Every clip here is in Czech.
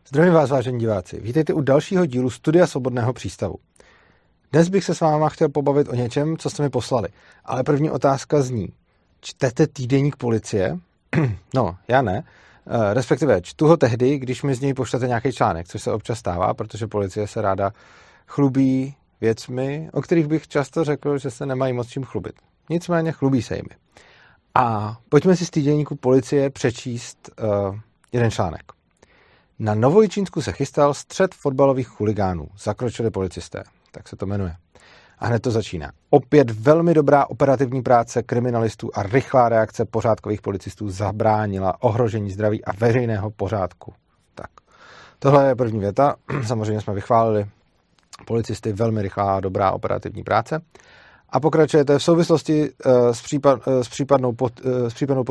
Zdravím vás, vážení diváci. Vítejte u dalšího dílu Studia Svobodného přístavu. Dnes bych se s váma chtěl pobavit o něčem, co jste mi poslali. Ale první otázka zní. Čtete týdeník policie? No, já ne. Respektive čtu ho tehdy, když mi z něj pošlete nějaký článek, což se občas stává, protože policie se ráda chlubí věcmi, o kterých bych často řekl, že se nemají moc čím chlubit. Nicméně chlubí se jimi. A pojďme si z týdeníku policie přečíst jeden článek. Na Novojičínsku se chystal střet fotbalových chuligánů. Zakročili policisté. Tak se to jmenuje. A hned to začíná. Opět velmi dobrá operativní práce kriminalistů a rychlá reakce pořádkových policistů zabránila ohrožení zdraví a veřejného pořádku. Tak. Tohle je první věta. Samozřejmě jsme vychválili policisty, velmi rychlá a dobrá operativní práce. A pokračujete v souvislosti s případnou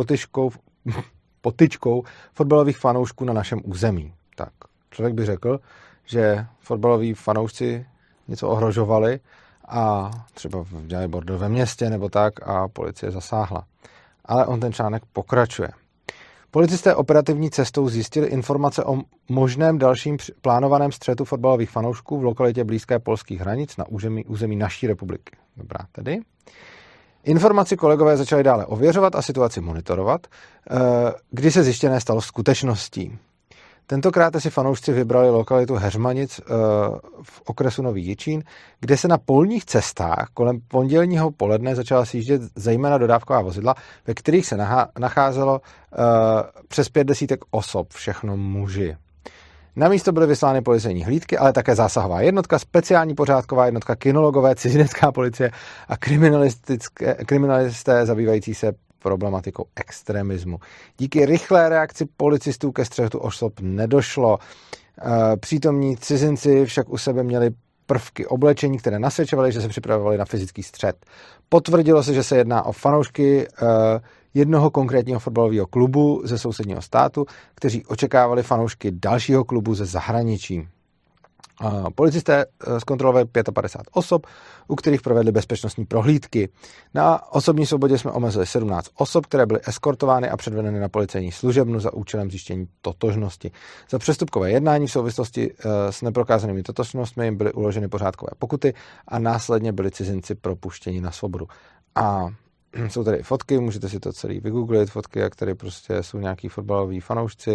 potyčkou fotbalových fanoušků na našem území. Tak, člověk by řekl, že fotbaloví fanoušci něco ohrožovali a třeba dělali bordel ve městě nebo tak a policie zasáhla. Ale on ten článek pokračuje. Policisté operativní cestou zjistili informace o možném dalším plánovaném střetu fotbalových fanoušků v lokalitě blízké polských hranic na území naší republiky. Dobrá, tedy. Informaci kolegové začali dále ověřovat a situaci monitorovat, kdy se zjištěné stalo skutečností. Tentokrát si fanoušci vybrali lokalitu Heřmanic v okresu Nový Jičín, kde se na polních cestách kolem pondělního poledne začala sjíždět zejména dodávková vozidla, ve kterých se nacházelo přes 5 desítek osob, všechno muži. Na místo byly vyslány policejní hlídky, ale také zásahová jednotka, speciální pořádková jednotka, kinologové, cizinecká policie a kriminalisté zabývající se problematikou extremismu. Díky rychlé reakci policistů ke střetu osob nedošlo. Přítomní cizinci však u sebe měli prvky oblečení, které nasvědčovaly, že se připravovali na fyzický střet. Potvrdilo se, že se jedná o fanoušky jednoho konkrétního fotbalového klubu ze sousedního státu, kteří očekávali fanoušky dalšího klubu ze zahraničí. Policisté zkontrolovali 55 osob, u kterých provedli bezpečnostní prohlídky. Na osobní svobodě jsme omezili 17 osob, které byly eskortovány a předvedeny na policejní služebnu za účelem zjištění totožnosti. Za přestupkové jednání v souvislosti s neprokázanými totožnostmi jim byly uloženy pořádkové pokuty a následně byli cizinci propuštěni na svobodu. A jsou tady fotky, můžete si to celý vygooglit, fotky, jak tady prostě jsou nějaký fotbaloví fanoušci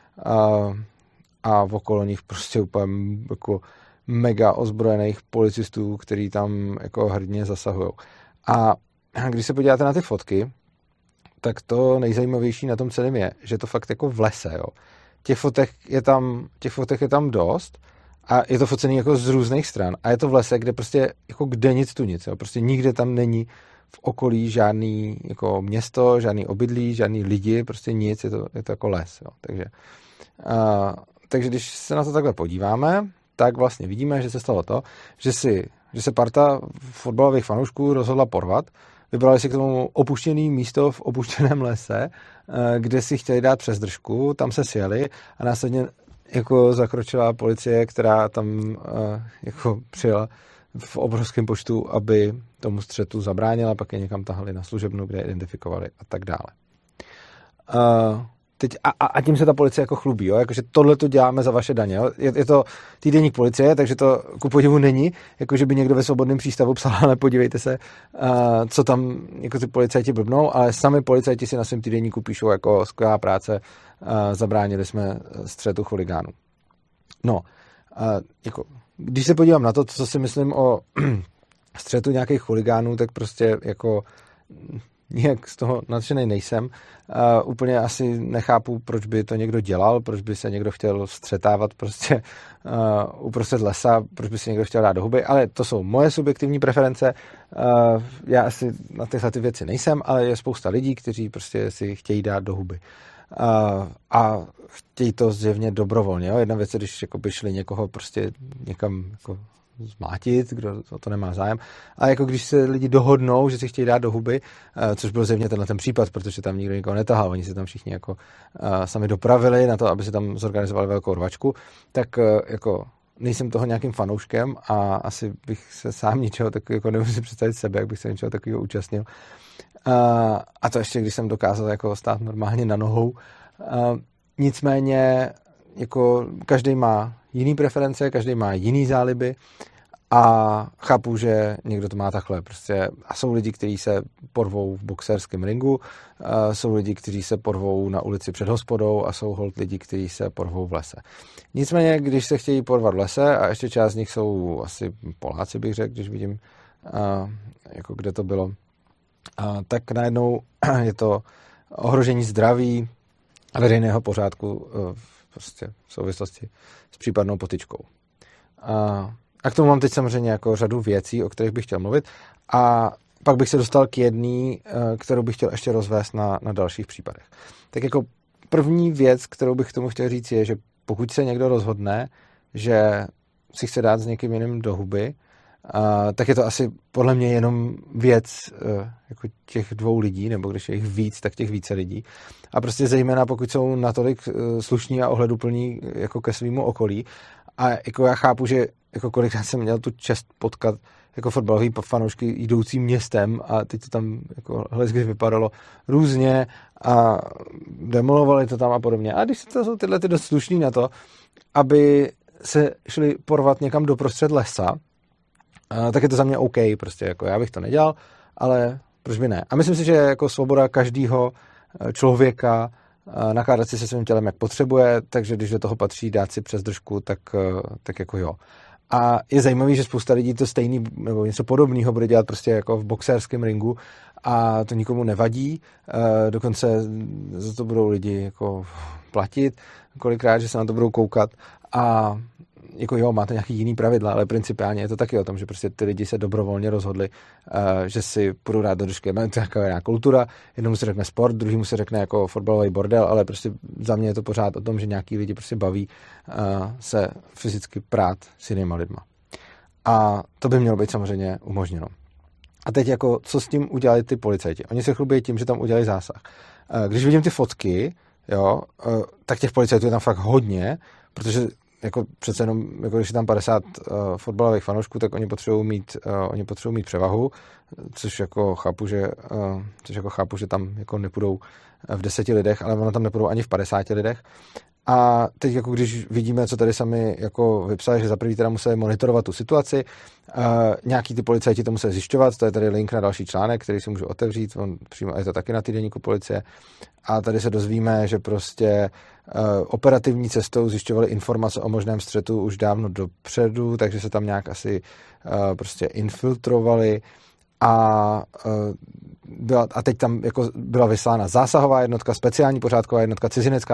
a okolo nich prostě úplně jako mega ozbrojených policistů, který tam jako hrdně zasahujou. A když se podíváte na ty fotky, tak to nejzajímavější na tom celém je, že to fakt jako v lese, jo. Těch fotek je tam dost a je to focený jako z různých stran a je to v lese, kde prostě jako kde nic tu nic, jo. Prostě nikde tam není v okolí žádný jako město, žádný obydlí, žádný lidi, prostě nic, je to jako les, jo. Takže když se na to takhle podíváme, tak vlastně vidíme, že se stalo to, že se parta fotbalových fanoušků rozhodla porvat, vybrali si k tomu opuštěné místo v opuštěném lese, kde si chtěli dát přes držku, tam se sjeli a následně jako zakročila policie, která tam jako přijela v obrovském počtu, aby tomu střetu zabránila, pak je někam tahali na služebnu, kde je identifikovali a tak dále. Teď a tím se ta policie jako chlubí, jo? Jakože tohle to děláme za vaše daně. Jo? Je to týdeník policie, takže to ku podivu není, jakože by někdo ve Svobodném přístavu psal, ale podívejte se, co tam jako ty policajti blbnou, ale sami policajti si na svém týdeníku píšou jako skvělá práce, zabránili jsme střetu chuligánů. No, jako, když se podívám na to, co si myslím o střetu nějakých chuligánů, tak prostě jako nijak z toho nadšenej nejsem. Úplně asi nechápu, proč by to někdo dělal, proč by se někdo chtěl střetávat prostě uprostřed lesa, proč by si někdo chtěl dát do huby, ale to jsou moje subjektivní preference. Já asi na tyhle ty věci nejsem, ale je spousta lidí, kteří prostě si chtějí dát do huby. A chtějí to zjevně dobrovolně. Jo? Jedna věc je, když jako by šli někoho prostě někam jako zmátit, kdo o to nemá zájem. A jako když se lidi dohodnou, že si chtějí dát do huby, což byl zjevně ten případ, protože tam nikdo nikoho netahal, oni se tam všichni jako sami dopravili na to, aby si tam zorganizovali velkou rvačku, tak jako nejsem toho nějakým fanouškem a asi bych se sám ničeho takového, jako nemůžu si představit sebe, jak bych se něčeho takového účastnil. A to ještě, když jsem dokázal jako stát normálně na nohou. Nicméně jako každý má jiný preference, každý má jiný záliby a chápu, že někdo to má takhle. Prostě, a jsou lidi, kteří se porvou v boxerském ringu, jsou lidi, kteří se porvou na ulici před hospodou a jsou holt lidi, kteří se porvou v lese. Nicméně, když se chtějí porvat v lese, a ještě část z nich jsou asi Poláci, bych řekl, když vidím, jako kde to bylo, tak najednou je to ohrožení zdraví a veřejného pořádku prostě v souvislosti s případnou potyčkou. A k tomu mám teď samozřejmě jako řadu věcí, o kterých bych chtěl mluvit, a pak bych se dostal k jedné, kterou bych chtěl ještě rozvést na dalších případech. Tak jako první věc, kterou bych k tomu chtěl říct, je, že pokud se někdo rozhodne, že si chce dát s někým jiným do huby, tak je to asi podle mě jenom věc jako těch dvou lidí, nebo když je jich víc, tak těch více lidí. A prostě zejména pokud jsou natolik slušní a ohleduplní jako ke svýmu okolí. A jako já chápu, že jako kolikrát jsem měl tu čest potkat jako fotbalový fanoušky jdoucí městem a teď to tam jako hezky vypadalo různě a demolovali to tam a podobně. A když to jsou tyhle dost slušný na to, aby se šli porvat někam doprostřed lesa, tak je to za mě OK, prostě jako já bych to nedělal, ale proč by ne? A myslím si, že jako svoboda každého člověka nakládat si se svým tělem, jak potřebuje, takže když do toho patří dát si přes držku, tak jako jo. A je zajímavý, že spousta lidí to stejný nebo něco podobného bude dělat prostě jako v boxerském ringu a to nikomu nevadí, dokonce za to budou lidi jako platit, kolikrát, že se na to budou koukat a jako jo, má to nějaký jiný pravidla, ale principiálně je to taky o tom, že prostě ty lidi se dobrovolně rozhodli, že si půjdou dát do držky. To je taková kultura, jednomu se řekne sport, druhýmu se řekne jako fotbalový bordel, ale prostě za mě je to pořád o tom, že nějaký lidi prostě baví se fyzicky prát s jinýma lidma. A to by mělo být samozřejmě umožněno. A teď jako, co s tím udělali ty policajti? Oni se chlubí tím, že tam udělali zásah. Když vidím ty fotky, jo, tak těch policajtů je tam fakt hodně, protože jako přece jenom, jako když je tam 50 fotbalových fanoušků, tak oni potřebují mít převahu, což jako chápu, že tam jako nepůjdou v 10 lidech, ale ono tam nepůjdou ani v 50 lidech. A teď jako když vidíme, co tady sami jako vypsali, že za prvý teda museli monitorovat tu situaci, nějaký ty policajti to museli zjišťovat, to je tady link na další článek, který si můžu otevřít, přímo je to taky na týdeníku policie. A tady se dozvíme, že prostě operativní cestou zjišťovali informace o možném střetu už dávno dopředu, takže se tam nějak asi prostě infiltrovali a teď tam jako byla vyslána zásahová jednotka, speciální pořádková jednotka,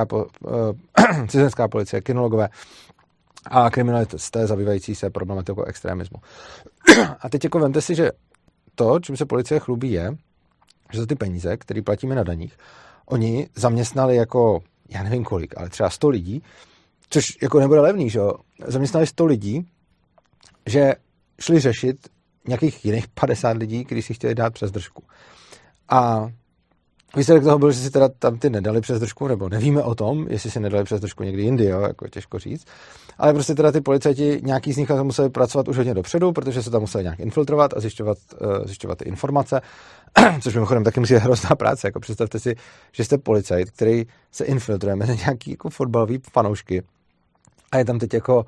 cizinecká policie, kinologové a kriminalisté zabývající se problematikou extremismu. A teď jako vemte si, že to, čím se policie chlubí, je, že za ty peníze, které platíme na daních, oni zaměstnali jako, já nevím kolik, ale třeba 100 lidí, což jako nebude levný, že jo? Zaměstnali 100 lidí, že šli řešit nějakých jiných 50 lidí, kteří si chtěli dát přes držku. A výsledek toho byl, že si teda tam ty nedali přes držku, nebo nevíme o tom, jestli si nedali přes držku někdy jindy, jo, jako těžko říct. Ale prostě teda ty policajti, nějaký z nich tam museli pracovat už hodně dopředu, protože se tam museli nějak infiltrovat a zjišťovat ty informace, což mimochodem taky musí být hrozná práce. Jako představte si, že jste policajt, který se infiltruje mezi nějaký jako fotbalový fanoušky a je tam teď jako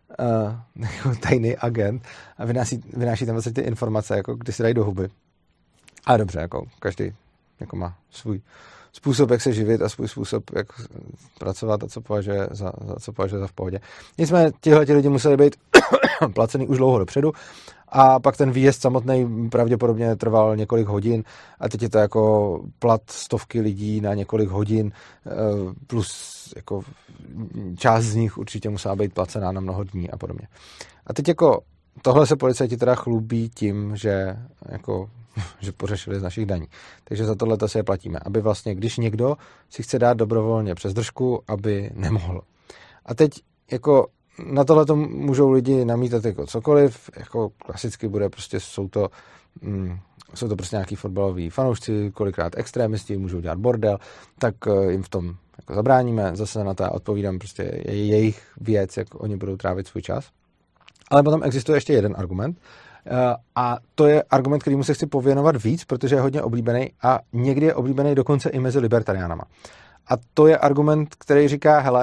tajný agent a vynáší tam vlastně ty informace, jako kdy si dají do huby. Ale dobře, jako každý jako má svůj způsob, jak se živit a svůj způsob, jak pracovat a co považuje za v pohodě. Nicméně tihleti lidi museli být placený už dlouho dopředu a pak ten výjezd samotný pravděpodobně trval několik hodin a teď je to jako plat stovky lidí na několik hodin plus jako část z nich určitě musela být placená na mnoho dní a podobně. A teď jako tohle se policajti teda chlubí tím, že pořešili z našich daní. Takže za tohle si je platíme. Aby vlastně, když někdo si chce dát dobrovolně přes držku, aby nemohl. A teď jako na tohle to můžou lidi namítat jako cokoliv, jako klasicky bude prostě, jsou to prostě nějaký fotbaloví fanoušci, kolikrát extrémisti, můžou dělat bordel, tak jim v tom jako zabráníme. Zase na to odpovídám, prostě jejich věc, jak oni budou trávit svůj čas. Ale potom existuje ještě jeden argument, a to je argument, kterýmu se chci pověnovat víc, protože je hodně oblíbený a někdy je oblíbený dokonce i mezi libertariánama. A to je argument, který říká, hele,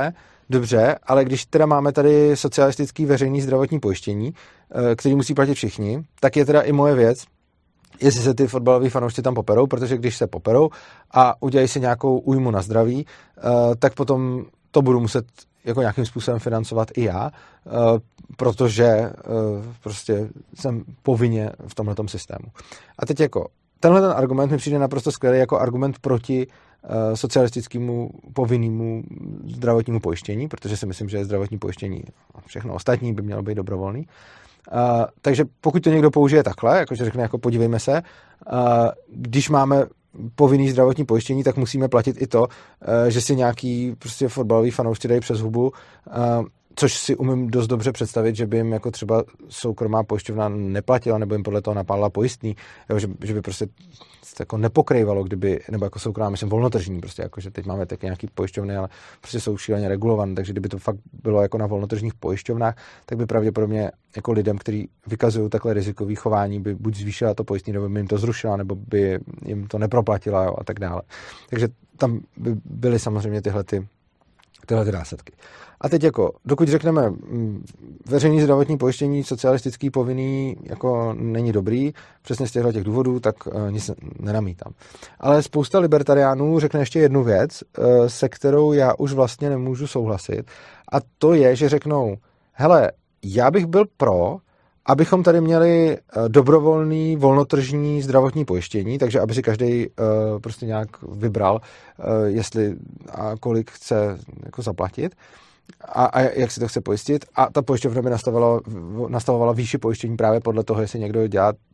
Dobře, ale když teda máme tady socialistický veřejný zdravotní pojištění, který musí platit všichni, tak je teda i moje věc, jestli se ty fotbaloví fanoušci tam poperou, protože když se poperou a udělají si nějakou újmu na zdraví, tak potom to budu muset jako nějakým způsobem financovat i já, protože prostě jsem povinně v tomhletom systému. A teď jako tenhle ten argument mi přijde naprosto skvělý jako argument proti socialistickému povinnému zdravotnímu pojištění, protože si myslím, že zdravotní pojištění a všechno ostatní by mělo být dobrovolný. Takže pokud to někdo použije takhle, jakože řekne, jako podívejme se, když máme povinný zdravotní pojištění, tak musíme platit i to, že si nějaký prostě fotbalový fanoušci dají přes hubu, což si umím dost dobře představit, že by jim jako třeba soukromá pojišťovna neplatila, nebo jim podle toho napálila pojistný, že by prostě jako nepokrývalo, kdyby, nebo jako soukromá, myslím, volnotržní, prostě jako, že teď máme taky nějaký pojišťovny, ale prostě jsou šíleně regulované, takže kdyby to fakt bylo jako na volnotržních pojišťovnách, tak by pravděpodobně jako lidem, kteří vykazují takhle rizikový chování, by buď zvýšila to pojistný, nebo by jim to zrušila, nebo by jim to neproplatila, jo, a tak dále. Takže tam by byly samozřejmě tyhle následky. A teď jako, dokud řekneme veřejný zdravotní pojištění socialistický povinný jako není dobrý, přesně z těchto těch důvodů, tak nic nenamítám. Ale spousta libertariánů řekne ještě jednu věc, se kterou já už vlastně nemůžu souhlasit, a to je, že řeknou, hele, já bych byl pro, abychom tady měli dobrovolný, volnotržní zdravotní pojištění, takže aby si každý prostě nějak vybral, jestli a kolik chce jako zaplatit a jak si to chce pojistit. A ta pojišťovna by nastavovala výši pojištění právě podle toho, jestli někdo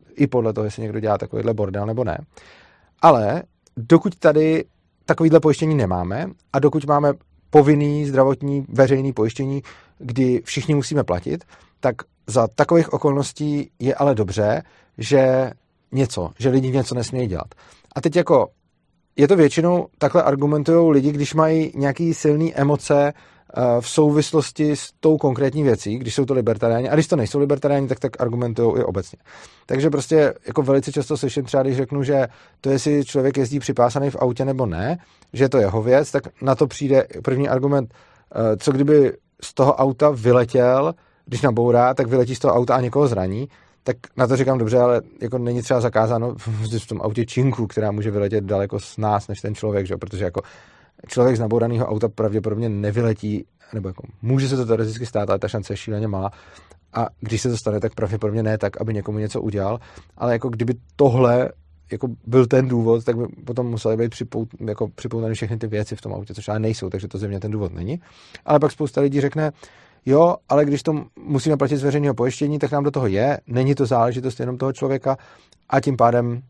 dělá takovýhle bordel nebo ne. Ale dokud tady takovýhle pojištění nemáme a dokud máme povinný zdravotní veřejný pojištění, kdy všichni musíme platit, tak za takových okolností je ale dobře, že lidi něco nesmějí dělat. A teď jako je to většinou, takhle argumentují lidi, když mají nějaký silný emoce v souvislosti s tou konkrétní věcí, když jsou to libertariáni, a když to nejsou libertariáni, tak argumentují i obecně. Takže prostě jako velice často slyším třeba, když řeknu, že to, jestli člověk jezdí připásaný v autě nebo ne, že je to jeho věc, tak na to přijde první argument, co kdyby z toho auta vyletěl, když nabourá, tak vyletí z toho auta a někoho zraní, tak na to říkám dobře, ale jako není třeba zakázáno v tom autě činku, která může vyletět daleko z nás než ten člověk, že? Protože jako člověk z nabouraného auta pravděpodobně nevyletí, nebo jako může se to teoreticky stát, ale ta šance je šíleně malá. A když se to stane, tak pravděpodobně ne tak, aby někomu něco udělal, ale jako kdyby tohle jako byl ten důvod, tak by potom musely být připoutané všechny ty věci v tom autě, což ale nejsou, takže to zřejmě ten důvod není. Ale pak spousta lidí řekne, jo, ale když to musíme platit z veřejného pojištění, tak nám do toho není to záležitost jenom toho člověka a tím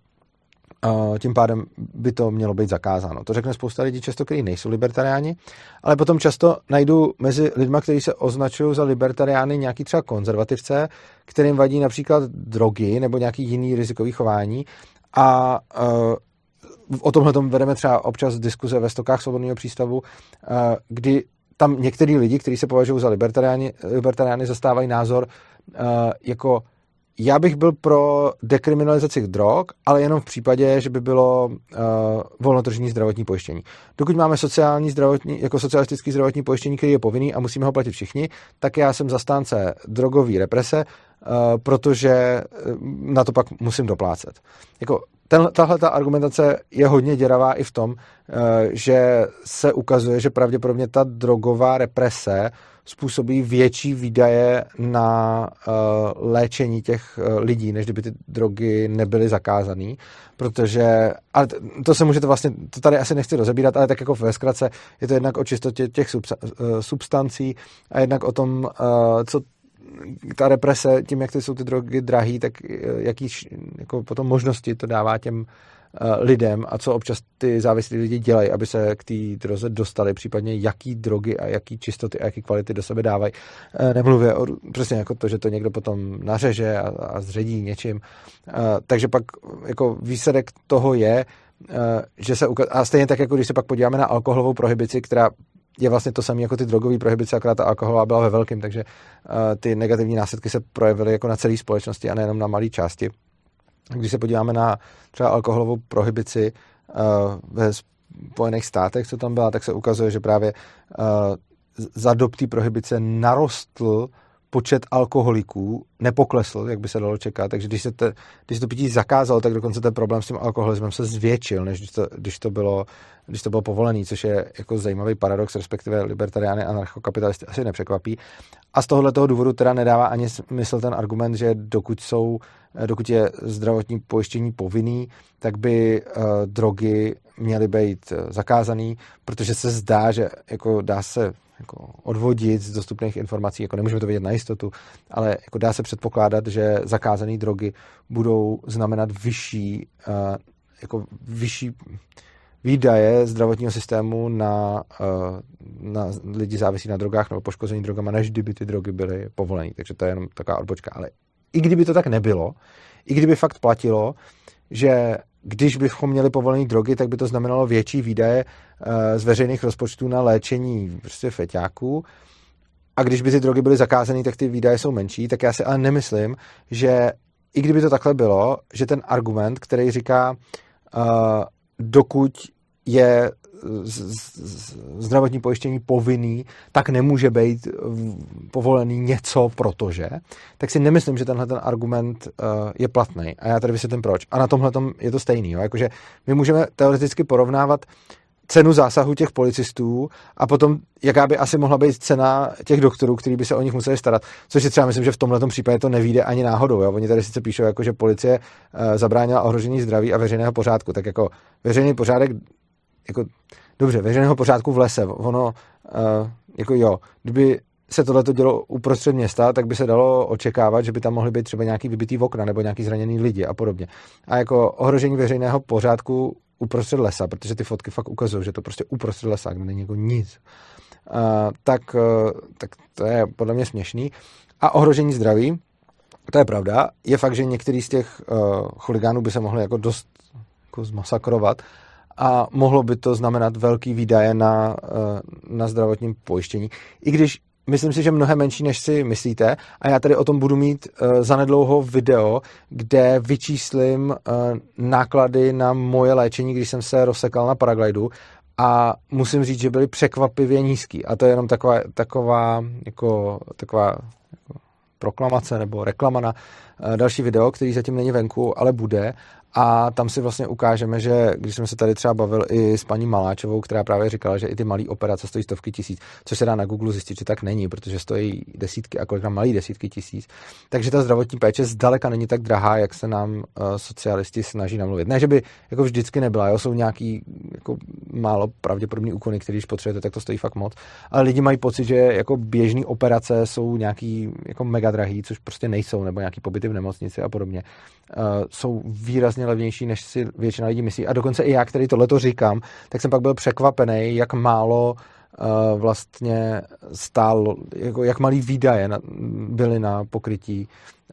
pádem by to mělo být zakázáno. To řekne spousta lidí často, kteří nejsou libertariáni, ale potom často najdu mezi lidma, kteří se označují za libertariány, nějaký třeba konzervativce, kterým vadí například drogy nebo nějaký jiný rizikový chování a o tomhle vedeme třeba občas diskuze ve stokách Svobodného přístavu, kdy tam některý lidi, kteří se považují za libertariány, zastávají názor jako já bych byl pro dekriminalizaci drog, ale jenom v případě, že by bylo volnotržní zdravotní pojištění. Dokud máme socialistický zdravotní pojištění, který je povinný a musíme ho platit všichni, tak já jsem zastánce drogové represe, protože na to pak musím doplácet. Jako tahle ta argumentace je hodně děravá i v tom, že se ukazuje, že pravděpodobně ta drogová represe způsobí větší výdaje na léčení těch lidí, než kdyby ty drogy nebyly zakázané, protože, ale to se můžete vlastně, to tady asi nechci rozebírat, ale tak jako ve zkratce je to jednak o čistotě těch substancí a jednak o tom, co ta represe, tím, jak jsou ty drogy drahý, tak jaký jako potom možnosti to dává těm lidem a co občas ty závislí lidi dělají, aby se k té droze dostali, případně jaký drogy a jaký čistoty a jaký kvality do sebe dávají. Nemluvě o přesně jako to, že to někdo potom nařeže a zředí něčím. Takže pak jako výsledek toho je, že se a stejně tak, jako když se pak podíváme na alkoholovou prohibici, která je vlastně to samé jako ty drogové prohibice, akorát ta alkoholová byla ve velkém, takže ty negativní následky se projevily jako na celé společnosti a nejenom na malé části. Když se podíváme na třeba alkoholovou prohibici ve Spojených státech, co tam byla, tak se ukazuje, že právě za dob té prohibice narostl počet alkoholiků, nepoklesl, jak by se dalo čekat, takže když se to pití zakázalo, tak dokonce ten problém s tím alkoholismem se zvětšil, než když to bylo povolený, což je jako zajímavý paradox, respektive libertariány a anarchokapitalisty asi nepřekvapí. A z tohoto důvodu teda nedává ani smysl ten argument, že dokud je zdravotní pojištění povinný, tak by drogy měly být zakázaný, protože se zdá, že jako dá se jako odvodit z dostupných informací, jako nemůžeme to vědět na jistotu, ale jako dá se předpokládat, že zakázané drogy budou znamenat vyšší výdaje zdravotního systému na lidi závisí na drogách nebo poškození drogama, než kdyby ty drogy byly povolené. Takže to je jenom taková odbočka. Ale i kdyby to tak nebylo, i kdyby fakt platilo, že když bychom měli povolené drogy, tak by to znamenalo větší výdaje z veřejných rozpočtů na léčení prostě feťáků. A když by ty drogy byly zakázané, tak ty výdaje jsou menší. Tak já si ale nemyslím, že i kdyby to takhle bylo, že ten argument, který říká, dokud je zdravotní pojištění povinný, tak nemůže být povolený něco, protože, tak si nemyslím, že tenhle ten argument je platný. A já tady vysvětlím proč. A na tomhle je to stejný. Jo? Jakože my můžeme teoreticky porovnávat cenu zásahu těch policistů a potom, jaká by asi mohla být cena těch doktorů, kteří by se o nich museli starat. Což si třeba myslím, že v tomhletom případě to nevyjde ani náhodou. Jo? Oni tady sice píšou, jako, že policie zabránila ohrožení zdraví a veřejného pořádku. Tak jako veřejný pořádek, jako dobře, veřejného pořádku v lese. Ono, jako jo, kdyby se tohleto dělo uprostřed města, tak by se dalo očekávat, že by tam mohly být třeba nějaký vybitý okna nebo nějaký zraněný lidi a podobně. A jako ohrožení veřejného pořádku uprostřed lesa, protože ty fotky fakt ukazují, že to prostě uprostřed lesa, kde není jako nic. Tak to je podle mě směšný. A ohrožení zdraví, to je pravda. Je fakt, že některý z těch chuligánů by se mohli jako dost jako zmasakrovat a mohlo by to znamenat velký výdaje na zdravotním pojištění. I když myslím si, že mnohem menší, než si myslíte. A já tady o tom budu mít zanedlouho video, kde vyčíslím náklady na moje léčení, když jsem se rozsekal na paraglidu. A musím říct, že byly překvapivě nízký. A to je jenom taková proklamace nebo reklama na další video, který zatím není venku, ale bude. A tam si vlastně ukážeme, že když jsme se tady třeba bavil i s paní Maláčovou, která právě říkala, že i ty malé operace stojí stovky tisíc, což se dá na Google zjistit, že tak není, protože stojí desítky a kolikrát malý desítky tisíc. Takže ta zdravotní péče zdaleka není tak drahá, jak se nám socialisti snaží namluvit. Ne, že by jako vždycky nebyla, jo? Jsou nějaký jako málo pravděpodobný úkony, který když potřebujete, tak to stojí fakt moc. Ale lidi mají pocit, že jako běžné operace jsou nějaký jako mega drahý, což prostě nejsou, nebo nějaký pobyty v nemocnici a podobně. Jsou výrazně levnější, než si většina lidí myslí. A dokonce i já, který tohleto říkám, tak jsem pak byl překvapený, jak málo vlastně stál, jako jak malý výdaje byly na pokrytí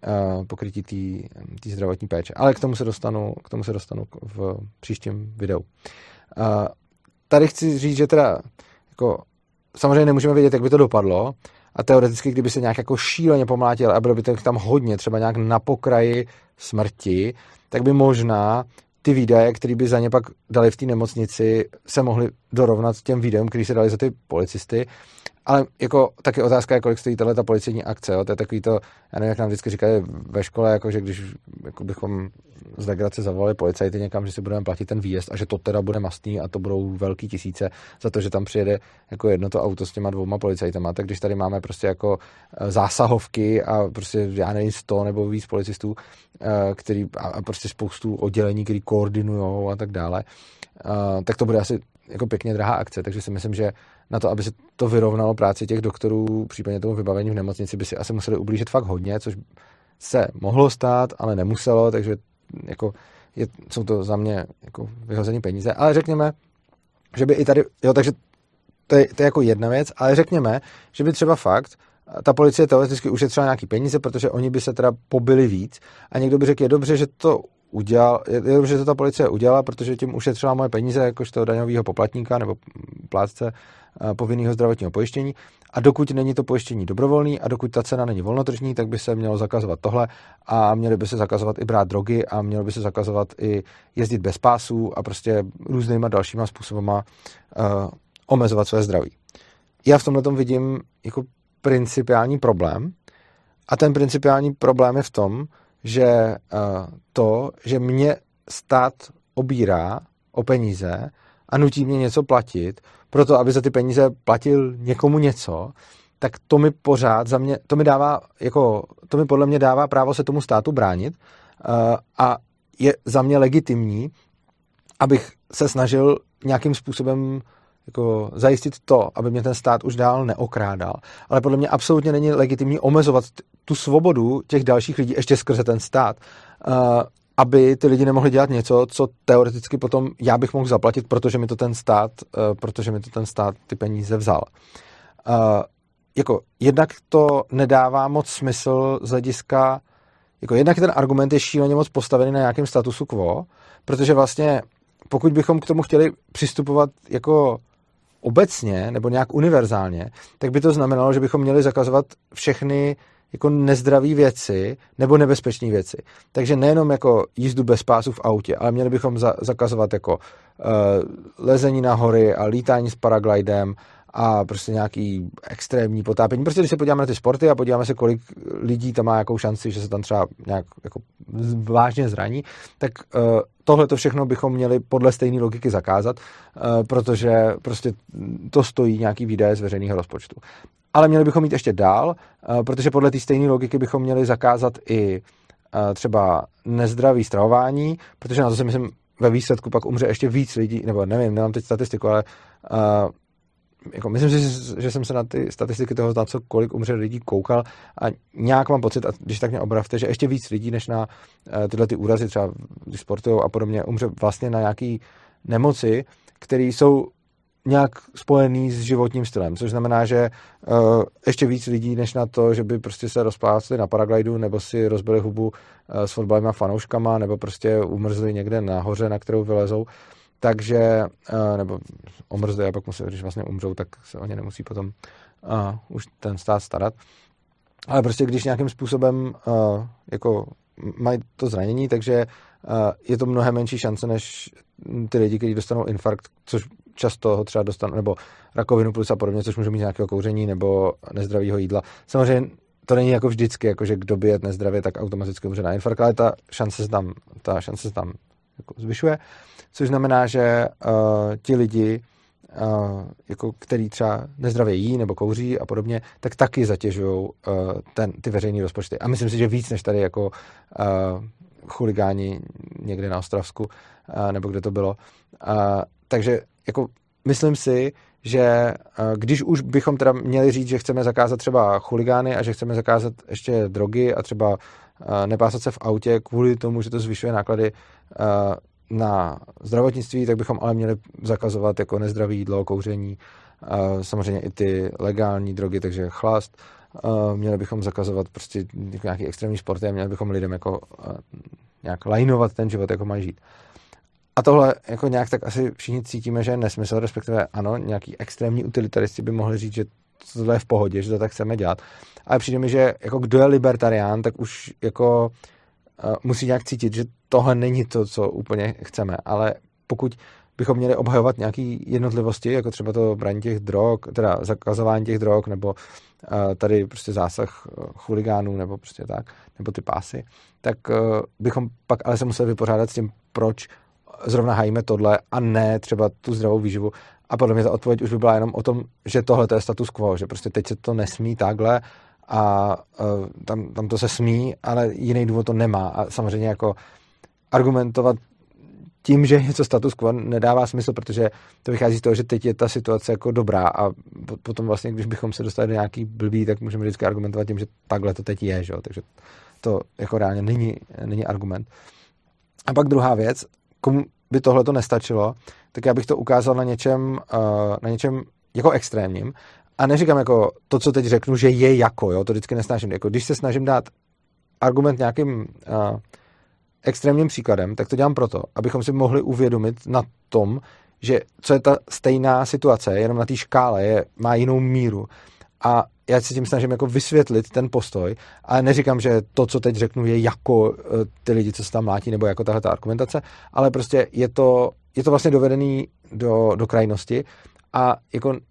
té zdravotní péče. Ale k tomu se dostanu v příštím videu. Tady chci říct, že teda jako, samozřejmě nemůžeme vědět, jak by to dopadlo, a teoreticky, kdyby se nějak jako šíleně pomlátil a bylo by to tam hodně, třeba nějak na pokraji smrti, tak by možná ty výdaje, které by za ně pak dali v té nemocnici, se mohly dorovnat těm výdajům, které se dali za ty policisty. Ale jako taky otázka je, kolik stojí tato policejní akce. Jo? To je takový to, já nevím, jak nám vždycky říkají ve škole, jako, že když jako bychom z legrace zavolali policajty někam, že si budeme platit ten výjezd a že to teda bude mastný a to budou velký tisíce za to, že tam přijede jako jedno to auto s těma 2 policajtama. Tak když tady máme prostě jako zásahovky a prostě já nevím 100 nebo víc policistů, který a prostě spoustu oddělení, který koordinujou a tak dále, tak to bude asi jako pěkně drahá akce, takže si myslím, že na to, aby se to vyrovnalo práci těch doktorů, případně tomu vybavení v nemocnici, by si asi museli ublížit fakt hodně, což se mohlo stát, ale nemuselo, takže jako jsou to za mě jako vyhozený peníze. Ale řekněme, že by i tady, jo, takže to je jako jedna věc, ale řekněme, že by třeba fakt ta policie teoreticky ušetřila nějaký peníze, protože oni by se teda pobili víc a někdo by řekl, je dobře, že to je dobře, že to ta policie udělala, protože tím ušetřila moje peníze jakožto daňového poplatníka nebo plátce povinného zdravotního pojištění. A dokud není to pojištění dobrovolný a dokud ta cena není volnotržní, tak by se mělo zakazovat tohle a měly by se zakazovat i brát drogy a mělo by se zakazovat i jezdit bez pásů a prostě různýma dalšíma způsobama omezovat své zdraví. já v tomhletom vidím jako principiální problém. A ten principiální problém je v tom, že že mě stát obírá o peníze a nutí mě něco platit, proto aby za ty peníze platil někomu něco, tak to mi pořád za mě, to mi podle mě dává právo se tomu státu bránit a je za mě legitimní, abych se snažil nějakým způsobem jako zajistit to, aby mě ten stát už dál neokrádal. Ale podle mě absolutně není legitimní omezovat tu svobodu těch dalších lidí ještě skrze ten stát, aby ty lidi nemohli dělat něco, co teoreticky potom já bych mohl zaplatit, protože mi to ten stát ty peníze vzal. Jako jednak to nedává moc smysl z hlediska, jako jednak ten argument je šíleně moc postavený na nějakém statusu quo, protože vlastně pokud bychom k tomu chtěli přistupovat jako obecně nebo nějak univerzálně, tak by to znamenalo, že bychom měli zakazovat všechny jako nezdravé věci nebo nebezpečné věci. Takže nejenom jako jízdu bez pásu v autě, ale měli bychom zakazovat jako lezení na hory a lítání s paraglidem a prostě nějaký extrémní potápění. Prostě když se podíváme na ty sporty a podíváme se, kolik lidí tam má jakou šanci, že se tam třeba nějak jako vážně zraní, tak tohle to všechno bychom měli podle stejné logiky zakázat, protože prostě to stojí nějaký výdaje z veřejného rozpočtu. Ale měli bychom jít ještě dál, protože podle té stejné logiky bychom měli zakázat i třeba nezdravý stravování, protože na to si myslím ve výsledku pak umře ještě víc lidí, nebo nevím, nemám teď statistiku, ale jako myslím si, že jsem se na ty statistiky toho, na co kolik umře lidí koukal a nějak mám pocit, a když tak mě obravte, že ještě víc lidí než na tyhle ty úrazy, třeba když sportujou a podobně, umře vlastně na nějaký nemoci, které jsou nějak spojený s životním stylem, což znamená, že ještě víc lidí než na to, že by prostě se rozplácli na paraglidu nebo si rozbili hubu s fotbalovými fanouškama nebo prostě umrzli někde nahoře, na kterou vylezou. Takže, nebo omrzli a pak musí, když vlastně umřou, tak se o ně nemusí potom už ten stát starat. Ale prostě když nějakým způsobem jako mají to zranění, takže je to mnohem menší šance, než ty lidi, kteří dostanou infarkt, což často ho třeba dostanou, nebo rakovinu plus a podobně, což může mít nějakého kouření nebo nezdravého jídla. Samozřejmě to není jako vždycky, jako že kdo by jet nezdravě, tak automaticky umře na infarkt, ale ta šance se tam jako zvyšuje, což znamená, že ti lidi, jako který třeba nezdravě jí nebo kouří a podobně, tak taky zatěžují ty veřejné rozpočty. A myslím si, že víc než tady jako chuligáni někde na Ostravsku, nebo kde to bylo. Takže jako myslím si, že když už bychom teda měli říct, že chceme zakázat třeba chuligány a že chceme zakázat ještě drogy a třeba nepásat se v autě kvůli tomu, že to zvyšuje náklady na zdravotnictví, tak bychom ale měli zakazovat jako nezdravé jídlo, kouření, samozřejmě i ty legální drogy, takže chlast. Měli bychom zakazovat prostě nějaký extrémní sporty a měli bychom lidem jako nějak lajnovat ten život, jako mají žít. A tohle jako nějak tak asi všichni cítíme, že je nesmysl, respektive ano, nějaký extrémní utilitaristi by mohli říct, že tohle je v pohodě, že to tak chceme dělat. Ale přijde mi, že jako kdo je libertarián, tak už jako musí nějak cítit, že tohle není to, co úplně chceme. Ale pokud bychom měli obhajovat nějaký jednotlivosti, jako třeba to braní těch drog, teda zakazování těch drog, nebo tady prostě zásah chuligánů, nebo prostě tak, nebo ty pásy, tak bychom pak ale se museli vypořádat s tím, proč zrovna hájíme tohle a ne třeba tu zdravou výživu. A podle mě ta odpověď už by byla jenom o tom, že tohle to je status quo, že prostě teď se to nesmí takhle a tam to se smí, ale jiný důvod to nemá. A samozřejmě jako argumentovat tím, že něco status quo nedává smysl, protože to vychází z toho, že teď je ta situace jako dobrá a potom vlastně, když bychom se dostali do nějaký blbý, tak můžeme vždycky argumentovat tím, že takhle to teď je, že? Takže to jako reálně není argument. A pak druhá věc, komu by tohle to nestačilo, tak já bych to ukázal na něčem jako extrémním. A neříkám jako to, co teď řeknu, že je jako, jo, to vždycky nesnažím. Jako když se snažím dát argument nějakým extrémním příkladem, tak to dělám proto, abychom si mohli uvědomit na tom, že co je ta stejná situace, jenom na té škále má jinou míru. A já se tím snažím jako vysvětlit ten postoj, ale neříkám, že to, co teď řeknu, je jako ty lidi, co se tam mlátí, nebo jako tahle ta argumentace, ale prostě je to vlastně dovedený do krajnosti a jako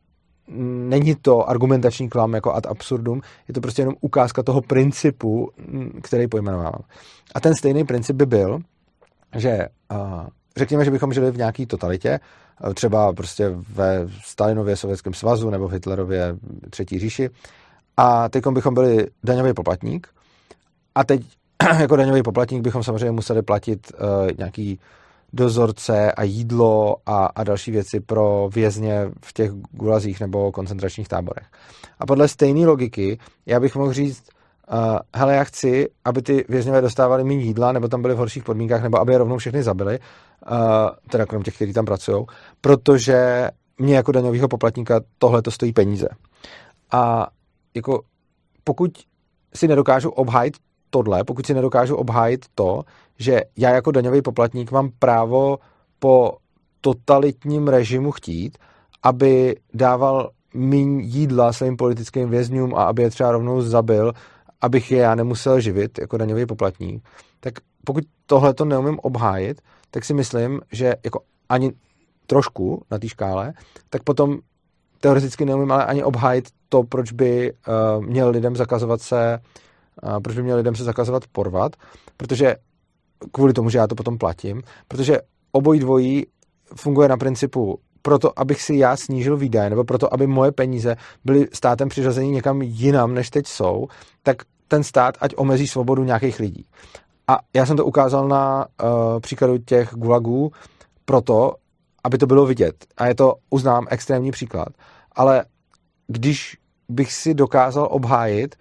není to argumentační klam jako ad absurdum, je to prostě jenom ukázka toho principu, který pojmenovávám. A ten stejný princip by byl, že řekněme, že bychom žili v nějaký totalitě, třeba prostě ve Stalinově Sovětském svazu nebo v Hitlerově Třetí říši, a teď bychom byli daňový poplatník a teď jako daňový poplatník bychom samozřejmě museli platit nějaký dozorce a jídlo a další věci pro vězně v těch gulazích nebo koncentračních táborech. A podle stejné logiky já bych mohl říct, hele, já chci, aby ty vězňové dostávali méně jídla, nebo tam byli v horších podmínkách, nebo aby je rovnou všechny zabili, teda krom těch, kteří tam pracují, protože mě jako daňového poplatníka tohle to stojí peníze. A jako pokud si nedokážu obhájit tohle, pokud si nedokážu obhájit to, že já jako daňový poplatník mám právo po totalitním režimu chtít, aby dával méně jídla svým politickým vězňům a aby je třeba rovnou zabil, abych je já nemusel živit jako daňový poplatník, tak pokud tohle to neumím obhájit, tak si myslím, že jako ani trošku na té škále, tak potom teoreticky neumím ale ani obhájit to, proč by měl lidem se zakazovat porvat, protože kvůli tomu, že já to potom platím, protože obojí dvojí funguje na principu proto, abych si já snížil výdaje, nebo proto, aby moje peníze byly státem přiřazeny někam jinam, než teď jsou, tak ten stát ať omezí svobodu nějakých lidí. A já jsem to ukázal na příkladu těch gulagů proto, aby to bylo vidět. A je to, uznám, extrémní příklad. Ale když bych si dokázal obhájit,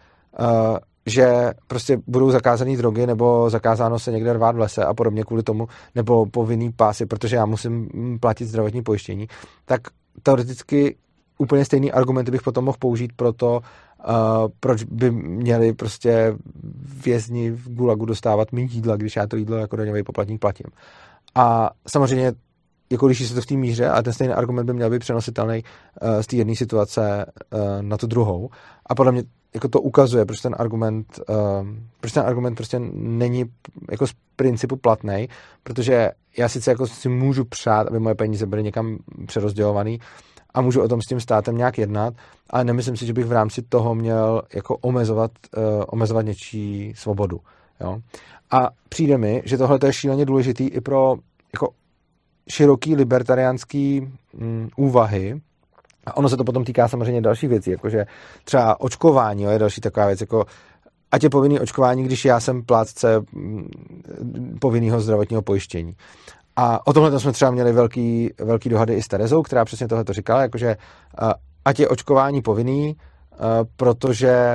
že prostě budou zakázané drogy nebo zakázáno se někde rvát v lese a podobně kvůli tomu, nebo povinný pásy, protože já musím platit zdravotní pojištění, tak teoreticky úplně stejný argumenty bych potom mohl použít pro to, proč by měli prostě vězni v gulagu dostávat méně jídla, když já to jídlo jako daňový poplatník platím. A samozřejmě jako když se to v té míře, a ten stejný argument by měl být přenositelný z té jedné situace na tu druhou. A podle mě jako to ukazuje, proč ten argument prostě není jako z principu platný, protože já sice jako si můžu přát, aby moje peníze byly někam přerozdělovaný a můžu o tom s tím státem nějak jednat, ale nemyslím si, že bych v rámci toho měl jako omezovat něčí svobodu. Jo? A přijde mi, že tohle je šíleně důležitý i pro jako široký libertariánský úvahy. A ono se to potom týká samozřejmě dalších věcí, jakože třeba očkování, jo, je další taková věc, jako ať je povinný očkování, když já jsem plátce povinného zdravotního pojištění. A o tomhle jsme třeba měli velký dohady i s Terezou, která přesně tohle to říkala, jakože ať je očkování povinný, protože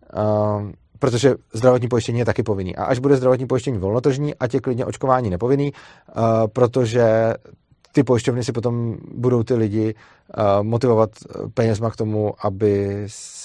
zdravotní pojištění je taky povinný. A až bude zdravotní pojištění volnotržní, ať je klidně očkování nepovinný, protože ty pojišťovny si potom budou ty lidi motivovat penězma k tomu, aby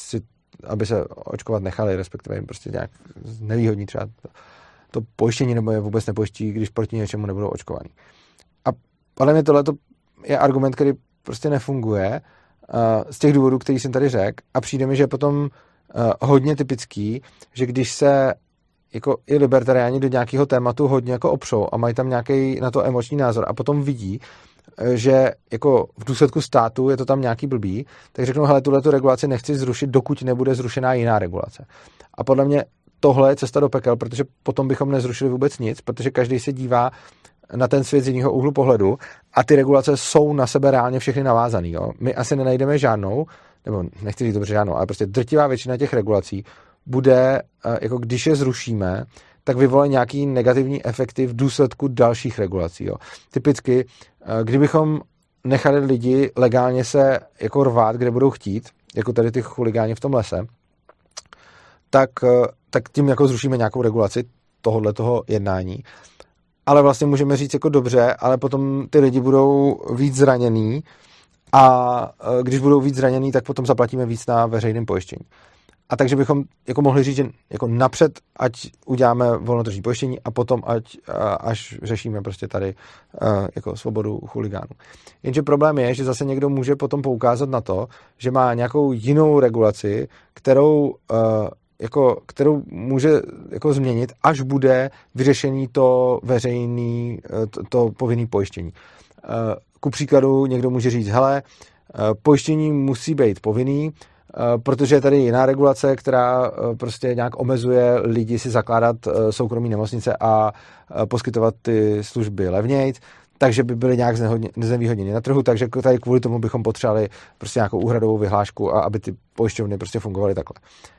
se očkovat nechali, respektive jim prostě nějak nevýhodní třeba to pojištění, nebo je vůbec nepojiští, když proti něčemu nebudou očkovaní. A ale mě tohle je argument, který prostě nefunguje z těch důvodů, který jsem tady řekl, a přijde mi, že je potom hodně typický, že když se jako i libertariáni do nějakého tématu hodně jako opřou a mají tam nějaký na to emoční názor a potom vidí, že jako v důsledku státu je to tam nějaký blbý, tak řeknou, hele, tuhletu regulaci nechci zrušit, dokud nebude zrušená jiná regulace. A podle mě tohle je cesta do pekel, protože potom bychom nezrušili vůbec nic, protože každý se dívá na ten svět z jiného úhlu pohledu a ty regulace jsou na sebe reálně všechny navázaný. Jo? My asi nenajdeme žádnou, nebo nechci říct dobře žádnou, ale prostě drtivá většina těch regulací bude, jako když je zrušíme, tak vyvolají nějaký negativní efekty v důsledku dalších regulací. Jo. Typicky, kdybychom nechali lidi legálně se jako rvát, kde budou chtít, jako tady ty chuligáni v tom lese, tak tím jako zrušíme nějakou regulaci toho jednání. Ale vlastně můžeme říct jako dobře, ale potom ty lidi budou víc zraněný a když budou víc zraněný, tak potom zaplatíme víc na veřejném pojištění. A takže bychom jako mohli říct, že jako napřed, ať uděláme volnotržní pojištění a potom až řešíme prostě tady jako svobodu chuligánů. Jenže problém je, že zase někdo může potom poukázat na to, že má nějakou jinou regulaci, kterou může jako změnit, až bude vyřešený to veřejný, to povinné pojištění. Ku příkladu někdo může říct, hele, Pojištění musí být povinný, protože je tady jiná regulace, která prostě nějak omezuje lidi si zakládat soukromí nemocnice a poskytovat ty služby levnějc, takže by byly nějak znevýhodněny na trhu, takže tady kvůli tomu bychom potřebovali prostě nějakou úhradovou vyhlášku a aby ty pojišťovny prostě fungovaly takhle.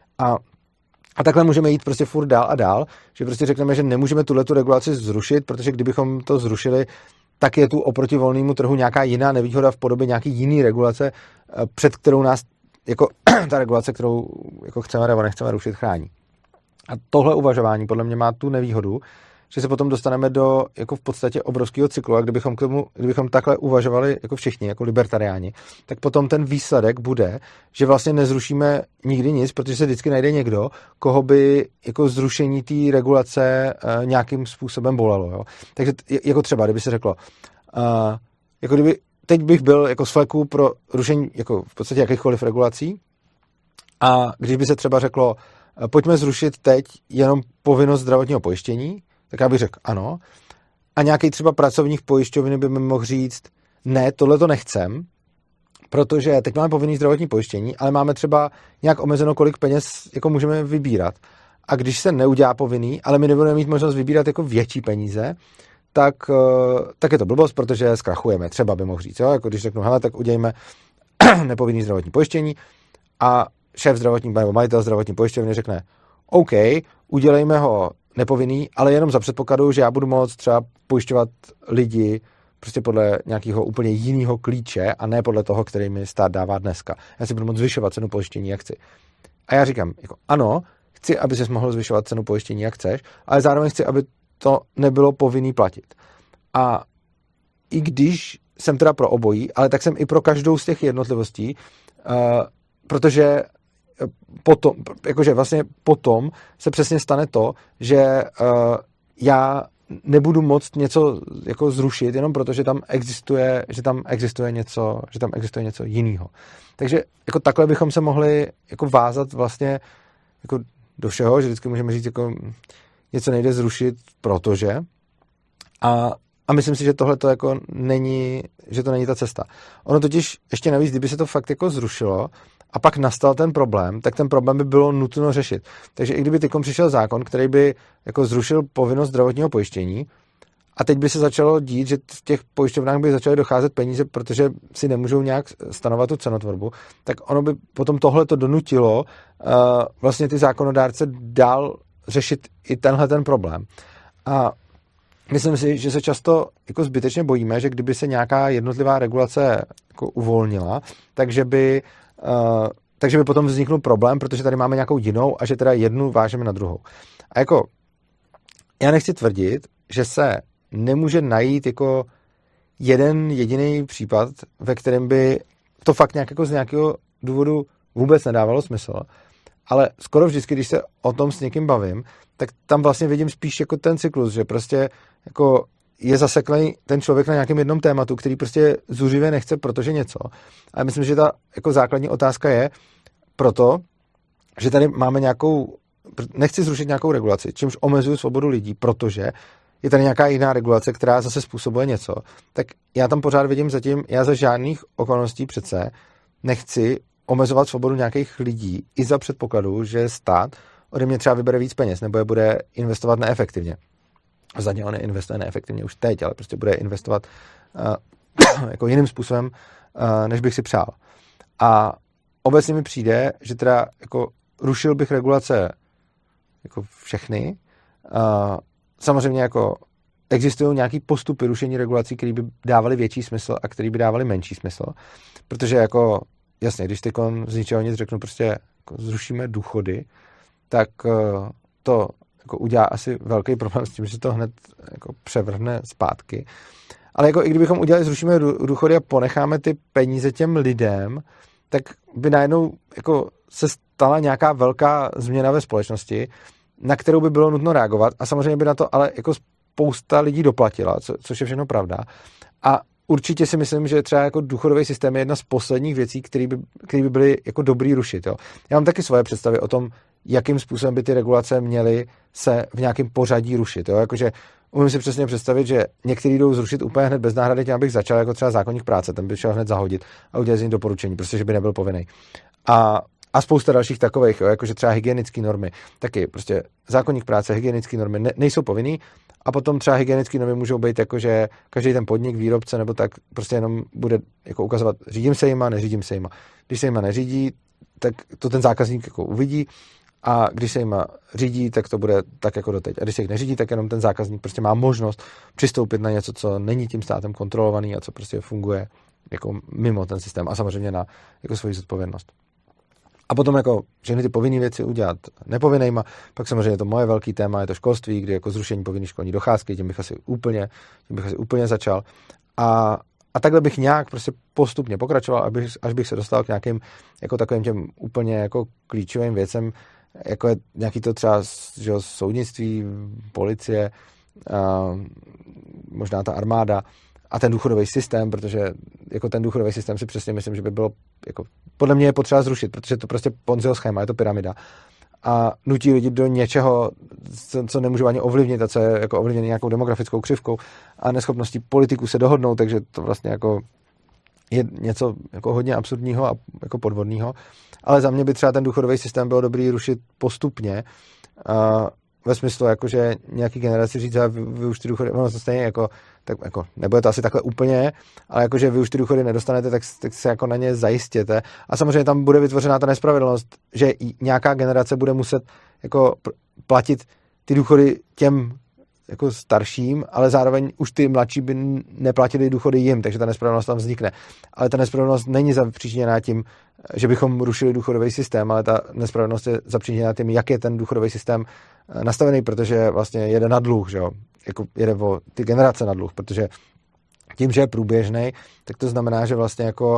A takhle můžeme jít prostě furt dál a dál, že prostě řekneme, že nemůžeme tuhletu regulaci zrušit, protože kdybychom to zrušili, tak je tu oproti volnému trhu nějaká jiná nevýhoda v podobě nějaký jiný regulace, před kterou nás jako ta regulace, kterou jako chceme nebo nechceme rušit, chrání. A tohle uvažování podle mě má tu nevýhodu, že se potom dostaneme do jako v podstatě obrovského cyklu a kdybychom takhle uvažovali jako všichni, jako libertariáni, tak potom ten výsledek bude, že vlastně nezrušíme nikdy nic, protože se vždycky najde někdo, koho by jako zrušení té regulace nějakým způsobem bolelo. Jo? Takže jako třeba, kdyby se řeklo, jako kdyby teď bych byl jako z fleku pro rušení jako v podstatě jakýchkoliv regulací a když by se třeba řeklo, pojďme zrušit teď jenom povinnost zdravotního pojištění, tak já bych řekl ano. A nějaký třeba pracovník pojišťovny by mi mohl říct, ne, tohle to nechcem, protože teď máme povinný zdravotní pojištění, ale máme třeba nějak omezeno, kolik peněz jako můžeme vybírat. A když se neudělá povinný, ale my nebudeme mít možnost vybírat jako větší peníze, tak je to blbost, protože zkrachujeme. Třeba by mohl říct, jo? Jako když řeknu, hele, tak udělejme nepovinný zdravotní pojištění a šéf zdravotní nebo majitel zdravotní pojišťovny řekne, OK, udělejme ho nepovinný, ale jenom za předpokladu, že já budu moct třeba pojišťovat lidi prostě podle nějakého úplně jiného klíče a ne podle toho, který mi stát dává dneska. Já si budu moct zvyšovat cenu pojištění, jak chci. A já říkám, jako ano, chci, aby ses mohl zvyšovat cenu pojištění, jak chceš, ale zároveň chci, aby to nebylo povinný platit. A i když jsem teda pro obojí, ale tak jsem i pro každou z těch jednotlivostí, protože potom se přesně stane to, že já nebudu moct něco jako zrušit, jenom protože že tam existuje něco jiného. Takže jako takhle bychom se mohli jako vázat vlastně jako do všeho, že vždycky můžeme říct, jako něco nejde zrušit, protože a myslím si, že tohle to jako není, že to není ta cesta. Ono totiž ještě navíc, kdyby se to fakt jako zrušilo a pak nastal ten problém, tak ten problém by bylo nutno řešit. Takže i kdyby tykom přišel zákon, který by jako zrušil povinnost zdravotního pojištění a teď by se začalo dít, že v těch pojišťovnách by začaly docházet peníze, protože si nemůžou nějak stanovat tu cenotvorbu, tak ono by potom tohle to donutilo vlastně ty zákonodárce dál řešit i tenhle ten problém. A myslím si, že se často jako zbytečně bojíme, že kdyby se nějaká jednotlivá regulace jako uvolnila, takže by potom vzniknul problém, protože tady máme nějakou jinou a že teda jednu vážeme na druhou. A jako já nechci tvrdit, že se nemůže najít jako jeden jediný případ, ve kterém by to fakt nějak jako z nějakého důvodu vůbec nedávalo smysl, ale skoro vždycky, když se o tom s někým bavím, tak tam vlastně vidím spíš jako ten cyklus, že prostě jako je zaseklý ten člověk na nějakém jednom tématu, který prostě zuřivě nechce, protože něco. A myslím, že ta jako základní otázka je proto, že tady máme nechci zrušit nějakou regulaci, čímž omezuju svobodu lidí, protože je tady nějaká jiná regulace, která zase způsobuje něco. Tak já tam pořád vidím zatím, já za žádných okolností přece nechci omezovat svobodu nějakých lidí i za předpokladu, že stát ode mě třeba vybere víc peněz nebo je bude investovat neefektivně. Zadně on neinvestuje neefektivně už teď, ale prostě bude investovat jako jiným způsobem, než bych si přál. A obecně mi přijde, že teda jako rušil bych regulace jako všechny. Samozřejmě jako existují nějaký postupy rušení regulací, které by dávaly větší smysl a které by dávaly menší smysl. Protože jako jasně, když teď z ničeho nic řeknu, prostě jako zrušíme důchody, tak to jako udělá asi velký problém s tím, že to hned jako převrhne zpátky. Ale jako i kdybychom zrušíme důchody a ponecháme ty peníze těm lidem, tak by najednou jako se stala nějaká velká změna ve společnosti, na kterou by bylo nutno reagovat a samozřejmě by na to ale jako spousta lidí doplatila, což je všechno pravda. A určitě si myslím, že třeba jako důchodový systém je jedna z posledních věcí, které by byly jako dobrý rušit. Jo. Já mám taky svoje představy o tom, jakým způsobem by ty regulace měly se v nějakém pořadí rušit. Jo? Jakože umím si přesně představit, že některý jdou zrušit úplně hned bez náhrady, tím abych začal, jako třeba zákoník práce, ten by šel hned zahodit a udělat z něj doporučení, protože by nebyl povinný. A spousta dalších takových, jo, jakože třeba hygienické normy, taky prostě zákoník práce, hygienické normy nejsou povinný a potom třeba hygienické normy můžou být jako, že každý ten podnik, výrobce nebo tak prostě jenom bude jako ukazovat, řídím se jima, neřídím se jima. Když se jima neřídí, tak to ten zákazník jako uvidí a když se jima řídí, tak to bude tak jako doteď. A když se jich neřídí, tak jenom ten zákazník prostě má možnost přistoupit na něco, co není tím státem kontrolovaný a co prostě funguje jako mimo ten systém a samozřejmě na jako svoji zodpovědnost. A potom jako všechny ty povinné věci udělat nepovinnejma, pak samozřejmě je to moje velký téma, je to školství, kdy jako zrušení povinné školní docházky, tím bych asi úplně začal. A takhle bych nějak prostě postupně pokračoval, až bych se dostal k nějakým jako takovým těm úplně jako klíčovým věcem, jako je nějaký to třeba že soudnictví, policie, možná ta armáda a ten důchodový systém, protože jako ten důchodový systém si přesně myslím, že by bylo jako podle mě je potřeba zrušit, protože to prostě Ponziho schéma, je to pyramida a nutí lidi do něčeho, co nemůžou ani ovlivnit a co je jako ovlivněný nějakou demografickou křivkou a neschopností politiků se dohodnout, takže to vlastně jako je něco jako hodně absurdního a jako podvodného, ale za mě by třeba ten důchodový systém bylo dobrý rušit postupně, ve smyslu, jako, že nějaký generaci říct, že vy už ty důchody, ono to stejně jako, tak jako, nebude to asi takhle úplně, ale jako, že vy už ty důchody nedostanete, tak se jako na ně zajistěte. A samozřejmě tam bude vytvořená ta nespravedlnost, že nějaká generace bude muset jako platit ty důchody těm jako starším, ale zároveň už ty mladší by neplatili důchody jim, takže ta nespravedlnost tam vznikne. Ale ta nespravedlnost není zapříčiněná tím, že bychom rušili důchodový systém, ale ta nespravedlnost je zapříčiněná tím, jak je ten důchodový systém nastavený, protože vlastně jede na dluh, že jo? Jako jede o ty generace na dluh, protože tím, že je průběžný, tak to znamená, že vlastně jako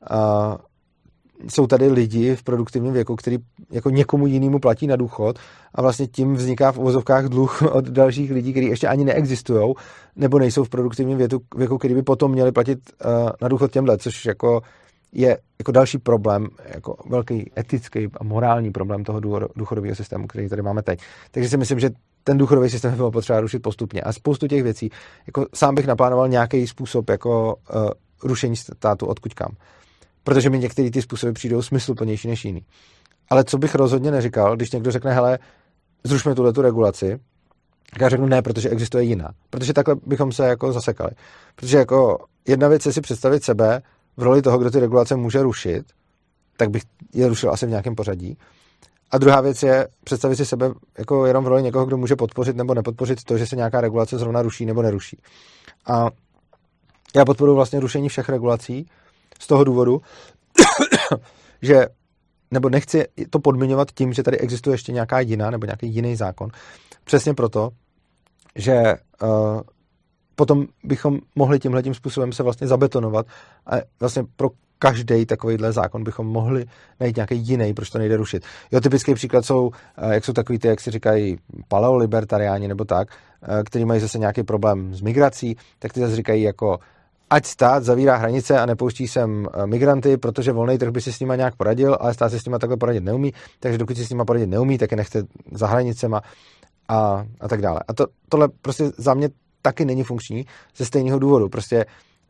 jsou tady lidi v produktivním věku, který jako někomu jinému platí na důchod a vlastně tím vzniká v uvozovkách dluh od dalších lidí, kteří ještě ani neexistujou nebo nejsou v produktivním věku, který by potom měli platit na důchod těmhle, což jako je jako další problém, jako velký etický a morální problém toho důchodového systému, který tady máme teď. Takže si myslím, že ten důchodový systém by bylo potřeba rušit postupně. A spoustu těch věcí, jako sám bych naplánoval nějaký způsob jako rušení státu odkud kam. Protože mi některé ty způsoby přijdou smysluplnější než jiný. Ale co bych rozhodně neříkal, když někdo řekne, hele, zrušme tuhletu regulaci, tak já řeknu ne, protože existuje jiná. Protože takhle bychom se jako zasekali. Protože jako jedna věc je si představit sebe v roli toho, kdo ty regulace může rušit, tak bych je rušil asi v nějakém pořadí. A druhá věc je představit si sebe jako jenom v roli někoho, kdo může podpořit nebo nepodpořit to, že se nějaká regulace zrovna ruší nebo neruší. A já podporuji vlastně rušení všech regulací z toho důvodu, že nebo nechci to podmiňovat tím, že tady existuje ještě nějaká jiná nebo nějaký jiný zákon. Přesně proto, že potom bychom mohli tímhletím způsobem se vlastně zabetonovat a vlastně pro každý takovýhle zákon bychom mohli najít nějaký jiný, proč to nejde rušit. Jo, typický příklad jsou, jak jsou takový ty, jak si říkají, paleolibertariáni nebo tak, kteří mají zase nějaký problém s migrací, tak ty zase říkají jako ať stát zavírá hranice a nepouští sem migranty, protože volný trh by si s nima nějak poradil, ale stát se s nima takhle poradit neumí, takže dokud si s nima poradit neumí, tak je nechte za hranicema a tak dále. A tohle prostě za mě taky není funkční ze stejného důvodu. Prostě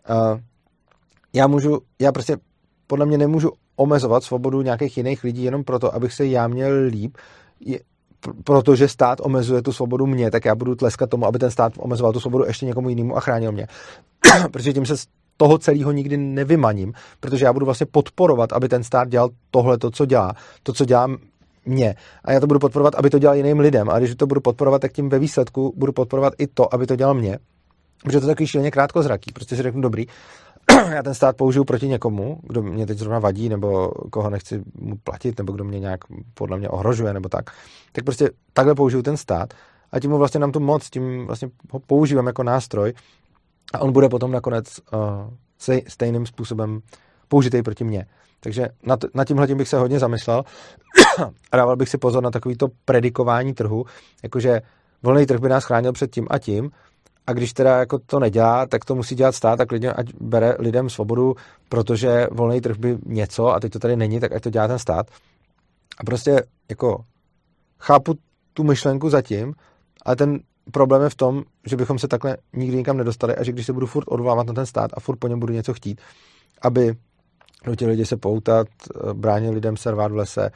já prostě podle mě nemůžu omezovat svobodu nějakých jiných lidí jenom proto, abych se já měl líp, protože stát omezuje tu svobodu mě, tak já budu tleskat tomu, aby ten stát omezoval tu svobodu ještě někomu jinému a chránil mě. Protože tím se z toho celého nikdy nevymaním, protože já budu vlastně podporovat, aby ten stát dělal tohle, to, co dělá mě. A já to budu podporovat, aby to dělal jiným lidem. A když to budu podporovat, tak tím ve výsledku budu podporovat i to, aby to dělal mě. Protože to je takový šíleně krátkozraký. Prostě si řeknu, dobrý, já ten stát použiju proti někomu, kdo mě teď zrovna vadí, nebo koho nechci mu platit, nebo kdo mě nějak podle mě ohrožuje, nebo tak. Tak prostě takhle použiju ten stát a tím mu vlastně nám tu moc, tím vlastně ho používám jako nástroj a on bude potom nakonec stejným způsobem použitej proti mně. Takže nad tímhletím bych se hodně zamyslel a dával bych si pozor na takovýto predikování trhu, jakože volný trh by nás chránil před tím a tím, a když teda jako to nedělá, tak to musí dělat stát, tak klidně ať bere lidem svobodu, protože volný trh by něco, a teď to tady není, tak ať to dělá ten stát. A prostě jako chápu tu myšlenku zatím, ale ten problém je v tom, že bychom se takhle nikdy nikam nedostali a že když se budu furt odvolávat na ten stát a furt po něm budu něco chtít, aby nutili lidi se poutat, bránil lidem se rvát v lese,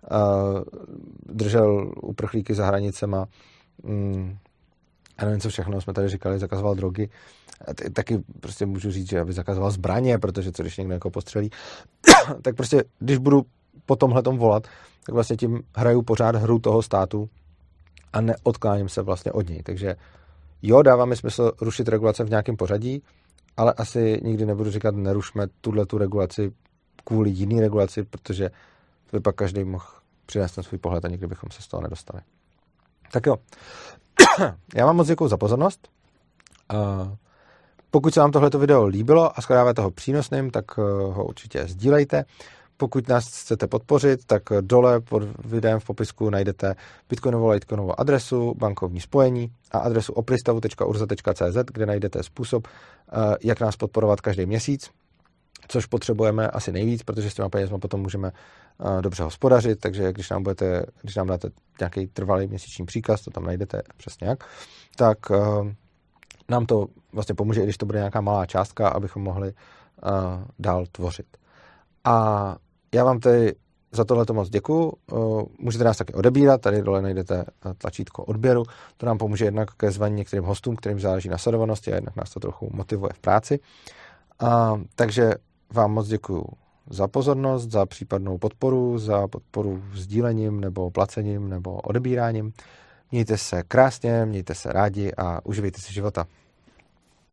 držel uprchlíky za hranicema, a nevím, co všechno jsme tady říkali, zakazoval drogy, taky prostě můžu říct, že aby zakazoval zbraně, protože co když někdo jako postřelí, tak prostě, když budu po tomhletom volat, tak vlastně tím hraju pořád hru toho státu a neodkláním se vlastně od něj. Takže jo, dává mi smysl rušit regulace v nějakém pořadí, ale asi nikdy nebudu říkat, nerušme tu regulaci kvůli jiný regulaci, protože by pak každý mohl přinést ten svůj pohled a nikdy bychom se z toho nedostali. Tak jo. Já vám moc děkuju za pozornost. Pokud se vám tohleto video líbilo a shledáváte ho přínosným, tak ho určitě sdílejte. Pokud nás chcete podpořit, tak dole pod videem v popisku najdete bitcoinovou, litecoinovou adresu, bankovní spojení a adresu opristavu.urza.cz, kde najdete způsob, jak nás podporovat každý měsíc, což potřebujeme asi nejvíc, protože s těma penězma potom můžeme dobře hospodařit, takže když nám dáte nějaký trvalý měsíční příkaz, to tam najdete přesně jak, tak nám to vlastně pomůže, i když to bude nějaká malá částka, abychom mohli dál tvořit. A já vám tedy za tohleto moc děkuju. Můžete nás taky odebírat, tady dole najdete tlačítko odběru. To nám pomůže jednak ke zvaní některým hostům, kterým záleží na sledovanosti a jednak nás to trochu motivuje v práci. Takže vám moc děkuju za pozornost, za případnou podporu, za podporu sdílením nebo placením nebo odebíráním. Mějte se krásně, mějte se rádi a uživejte si života.